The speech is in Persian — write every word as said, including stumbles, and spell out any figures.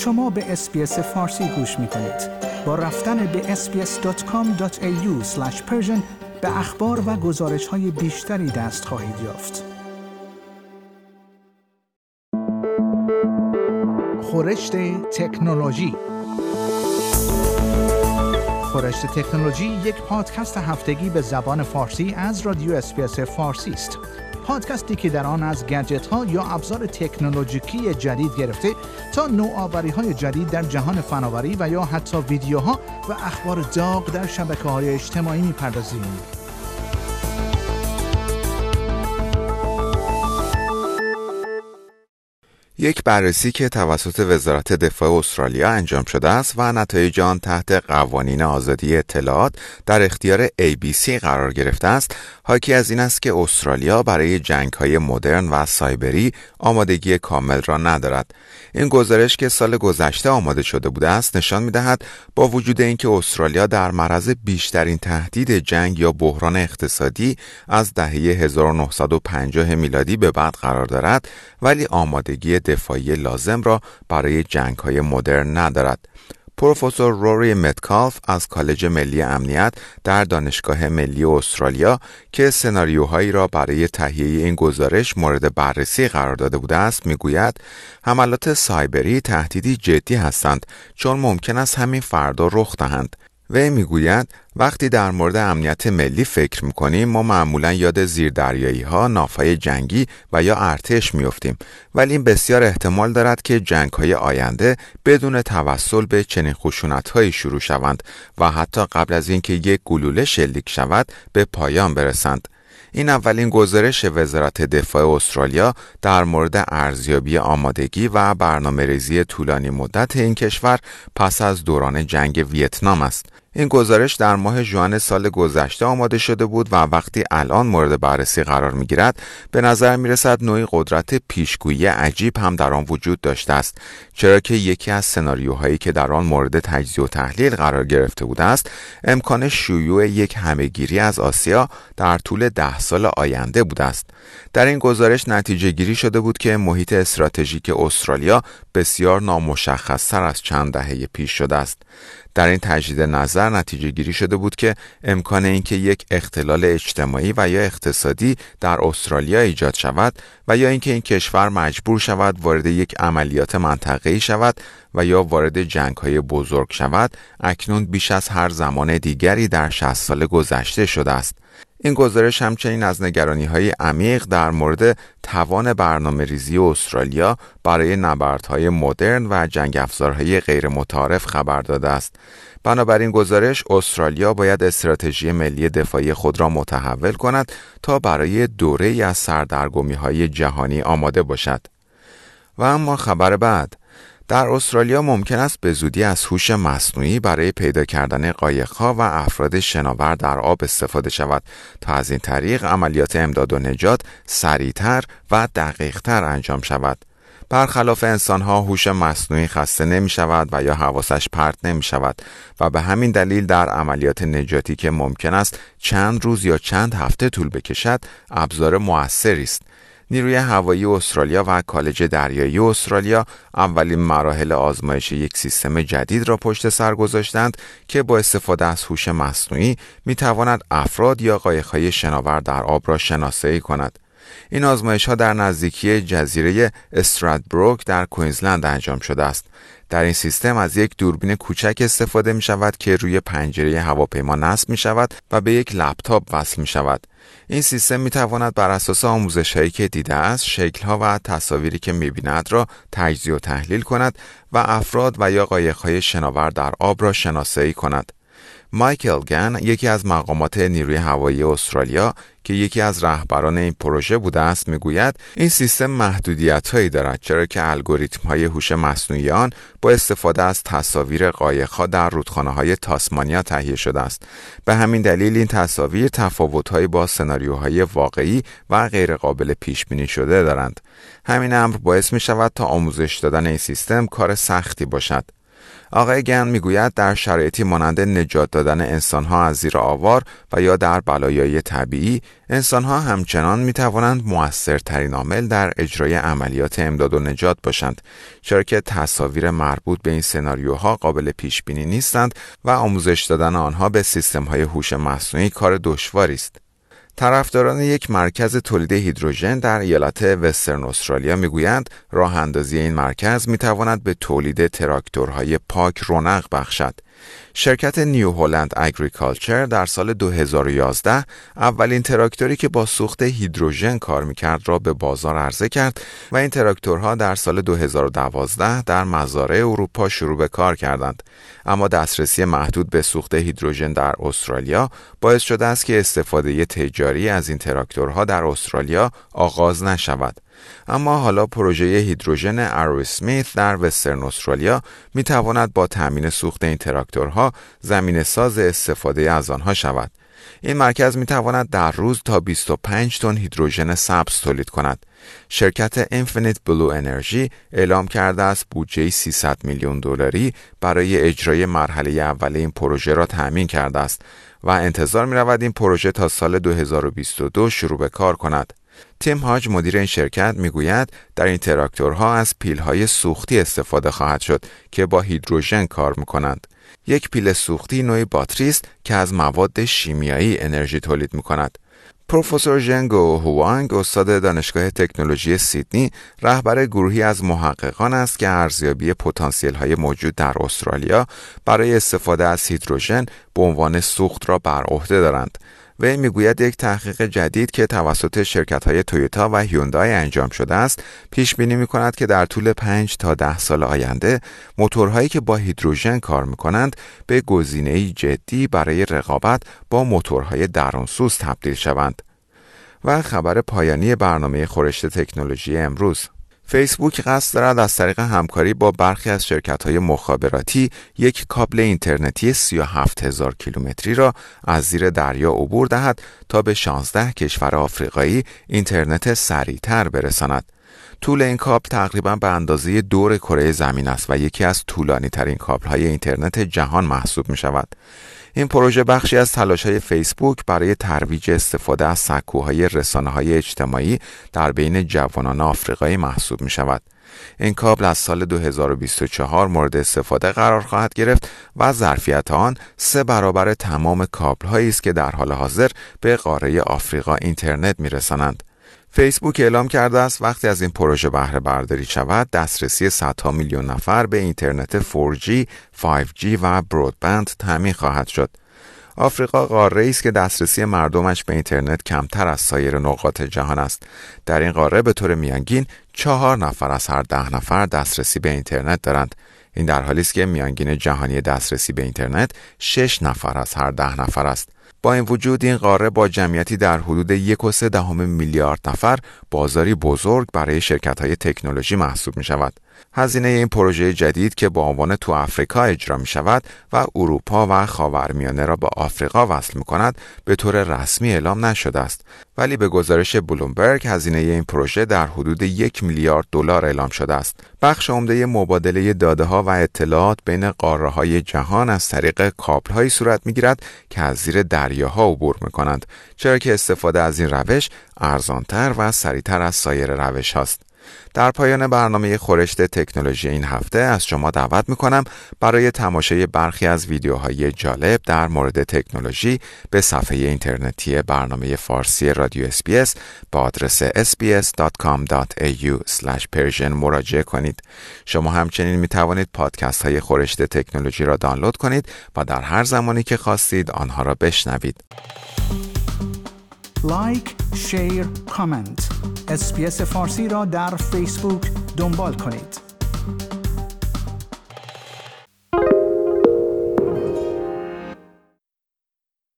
شما به اس‌بی‌اس فارسی گوش می‌کنید. با رفتن به اس بی اس دات کام دات ای یو اسلش پرشن به اخبار و گزارش‌های بیشتری دست خواهید یافت. خورشت تکنولوژی. خورشت تکنولوژی یک پادکست هفتگی به زبان فارسی از رادیو اس‌بی‌اس فارسی است. پادکستی که در آن از گجت‌ها یا ابزار تکنولوژیکی جدید گرفته تا نوآوری‌های جدید در جهان فناوری و یا حتی ویدیوها و اخبار داغ در شبکه‌های اجتماعی می‌پردازیم. یک بررسی که توسط وزارت دفاع استرالیا انجام شده است و نتایج آن تحت قوانین آزادی اطلاعات در اختیار ای بی سی قرار گرفته است، حاکی از این است که استرالیا برای جنگ‌های مدرن و سایبری آمادگی کامل را ندارد. این گزارش که سال گذشته آماده شده بوده است نشان می‌دهد با وجود اینکه استرالیا در معرض بیشترین تهدید جنگ یا بحران اقتصادی از دهه هزار و نهصد و پنجاه میلادی به بعد قرار دارد، ولی آمادگی دفاعی لازم را برای جنگ‌های مدرن ندارد. پروفسور روری متکالف از کالج ملی امنیت در دانشگاه ملی استرالیا که سناریوهایی را برای تهیه این گزارش مورد بررسی قرار داده بوده است میگوید حملات سایبری تهدیدی جدی هستند چون ممکن است همین فردا رخ دهند. وی میگوید وقتی در مورد امنیت ملی فکر میکنیم ما معمولا یاد زیردریایی ها، ناوهای جنگی و یا ارتش میافتیم، ولی این بسیار احتمال دارد که جنگ های آینده بدون توسل به چنین خشونت هایی شروع شوند و حتی قبل از اینکه یک گلوله شلیک شود به پایان برسند. این اولین گزارش وزارت دفاع استرالیا در مورد ارزیابی آمادگی و برنامه‌ریزی طولانی مدت این کشور پس از دوران جنگ ویتنام است. این گزارش در ماه ژوئن سال گذشته آماده شده بود و وقتی الان مورد بررسی قرار می‌گیرد به نظر می‌رسد نوعی قدرت پیشگویی عجیب هم در آن وجود داشته است، چرا که یکی از سناریوهایی که در آن مورد تجزیه و تحلیل قرار گرفته بوده است امکان شیوع یک همه‌گیری از آسیا در طول ده سال آینده بوده است. در این گزارش نتیجه گیری شده بود که محیط استراتژیک استرالیا بسیار نامشخص‌تر از چند دهه پیش شده است. در این تجدید نظر نتیجه گیری شده بود که امکان اینکه یک اختلال اجتماعی و یا اقتصادی در استرالیا ایجاد شود و یا اینکه این کشور مجبور شود وارد یک عملیات منطقه‌ای شود و یا وارد جنگ‌های بزرگ شود اکنون بیش از هر زمان دیگری در شصت سال گذشته شده است. این گزارش همچنین از نگرانی‌های عمیق در مورد توان برنامه‌ریزی استرالیا برای نبردهای مدرن و جنگ افزارهای غیر متعارف خبر داده است. بنابراین گزارش استرالیا باید استراتژی ملی دفاعی خود را متحول کند تا برای دوره‌ای از سردرگمی‌های جهانی آماده باشد. و اما خبر بعد، در استرالیا ممکن است به زودی از هوش مصنوعی برای پیدا کردن قایق‌ها و افراد شناور در آب استفاده شود تا از این طریق عملیات امداد و نجات سریعتر و دقیقتر انجام شود. برخلاف انسان‌ها هوش مصنوعی خسته نمی شود و یا حواسش پرت نمی شود و به همین دلیل در عملیات نجاتی که ممکن است چند روز یا چند هفته طول بکشد ابزار مؤثری است. نیروی هوایی استرالیا و کالج دریایی استرالیا اولین مراحل آزمایش یک سیستم جدید را پشت سر گذاشتند که با استفاده از هوش مصنوعی می‌تواند افراد یا قایق‌های شناور در آب را شناسایی کند. این آزمایش‌ها در نزدیکی جزیره استرادبروک در کوینزلند انجام شده است. در این سیستم از یک دوربین کوچک استفاده می شود که روی پنجره هواپیما نصب می شود و به یک لپتاپ وصل می شود. این سیستم می تواند بر اساس آموزش‌هایی که دیده است، شکل‌ها و تصاویری که می بیند را تجزیه و تحلیل کند و افراد و یا قایق‌های شناور در آب را شناسایی کند. مایکل گن، یکی از مقامات نیروی هوایی استرالیا که یکی از رهبران این پروژه بوده است، میگوید این سیستم محدودیت‌هایی دارد چرا که الگوریتم‌های هوش مصنوعی آن با استفاده از تصاویر قایق‌ها در رودخانه‌های تاسمانیا تهیه شده است. به همین دلیل این تصاویر تفاوت‌هایی با سناریوهای واقعی و غیرقابل پیش‌بینی شده دارند. همین امر باعث می‌شود تا آموزش دادن این سیستم کار سختی باشد. آقای گن میگوید در شرایطی مانند نجات دادن انسانها از زیر آوار و یا در بلایای طبیعی، انسانها همچنان میتوانند مؤثرترین عامل در اجرای عملیات امداد و نجات باشند، چرا که تصاویر مربوط به این سناریوها قابل پیش بینی نیستند و آموزش دادن آنها به سیستم‌های هوش مصنوعی کار دشواری است. طرفداران یک مرکز تولید هیدروژن در ایالت وسترن استرالیا میگویند راه اندازی این مرکز میتواند به تولید تراکتورهای پاک رونق بخشد. شرکت نیو هلند اگریکالچر در سال دو هزار و یازده اولین تراکتوری که با سوخت هیدروژن کار میکرد را به بازار عرضه کرد و این تراکتورها در سال دو هزار و دوازده در مزارع اروپا شروع به کار کردند. اما دسترسی محدود به سوخت هیدروژن در استرالیا باعث شده است که استفاده تجاری از این تراکتورها در استرالیا آغاز نشود. اما حالا پروژه هیدروژن ارو اسمیت در وسترن استرالیا می تواند با تامین سوخت این تراکتورها زمینه ساز استفاده از آنها شود. این مرکز می تواند در روز تا بیست و پنج تن هیدروژن سبز تولید کند. شرکت اینفینیت بلو انرژی اعلام کرده است بودجه سیصد میلیون دلاری برای اجرای مرحله اول این پروژه را تأمین کرده است و انتظار می رود این پروژه تا سال دو هزار و بیست و دو شروع به کار کند. تیم هاج مدیر این شرکت میگوید در این تراکتورها از پیل‌های سوختی استفاده خواهد شد که با هیدروژن کار می‌کنند. یک پیل سوختی نوعی باتری است که از مواد شیمیایی انرژی تولید می‌کند. پروفسور ژنگو هوانگ، استاد دانشگاه تکنولوژی سیدنی، رهبر گروهی از محققان است که ارزیابی پتانسیل‌های موجود در استرالیا برای استفاده از هیدروژن به عنوان سوخت را بر عهده دارند. وی میگوید یک تحقیق جدید که توسط شرکت‌های تویوتا و هیوندای انجام شده است، پیش بینی می‌کند که در طول پنج تا ده سال آینده موتورهایی که با هیدروژن کار می‌کنند به گزینه‌ای جدی برای رقابت با موتورهای درونسوز تبدیل شوند. و خبر پایانی برنامه خورشت تکنولوژی امروز: فیسبوک قصد دارد از طریق همکاری با برخی از شرکت‌های مخابراتی یک کابل اینترنتی سی و هفت هزار کیلومتری را از زیر دریا عبور دهد تا به شانزده کشور آفریقایی اینترنت سریعتر برساند. طول این کابل تقریباً به اندازه دور کره زمین است و یکی از طولانی‌ترین کابل‌های اینترنت جهان محسوب می‌شود. این پروژه بخشی از تلاش‌های فیسبوک برای ترویج استفاده از سکوهای رسانه‌های اجتماعی در بین جوانان آفریقایی محسوب می‌شود. این کابل از سال دو هزار و بیست و چهار مورد استفاده قرار خواهد گرفت و ظرفیت آن سه برابر تمام کابل‌هایی است که در حال حاضر به قاره آفریقا اینترنت می‌رسانند. فیسبوک اعلام کرده است وقتی از این پروژه بهره برداری شود، دسترسی صدها میلیون نفر به اینترنت فور جی، فایو جی و برودبند تامین خواهد شد. آفریقا قاره‌ای است که دسترسی مردمش به اینترنت کمتر از سایر نقاط جهان است. در این قاره به طور میانگین چهار نفر از هر ده نفر دسترسی به اینترنت دارند. این در حالی است که میانگین جهانی دسترسی به اینترنت شش نفر از هر ده نفر است. با این وجود این قاره با جمعیتی در حدود یک و سه دهم میلیارد نفر بازاری بزرگ برای شرکت‌های تکنولوژی محسوب می شود. هزینه این پروژه جدید که با عنوان تو آفریقا اجرا می شود و اروپا و خاورمیانه را به آفریقا وصل می کند به طور رسمی اعلام نشده است، ولی به گزارش بلومبرگ هزینه این پروژه در حدود یک میلیارد دلار اعلام شده است. بخش عمده مبادله داده‌ها و اطلاعات بین قاره‌های جهان از طریق کابل‌هایی صورت می‌گیرد که از زیر دریاها عبور می‌کنند، چرا که استفاده از این روش ارزان‌تر و سریع‌تر از سایر روش‌هاست. در پایان برنامه خورشت تکنولوژی این هفته از شما دعوت می‌کنم برای تماشای برخی از ویدیوهای جالب در مورد تکنولوژی به صفحه اینترنتی برنامه فارسی رادیو اس بی اس با آدرس اس بی اس دات کام دات ای یو اسلش پرشن مراجعه کنید. شما همچنین می‌توانید پادکست‌های خورشت تکنولوژی را دانلود کنید و در هر زمانی که خواستید آنها را بشنوید. لایک، شیر، کامنت. اس بی اس فارسی را در فیسبوک دنبال کنید.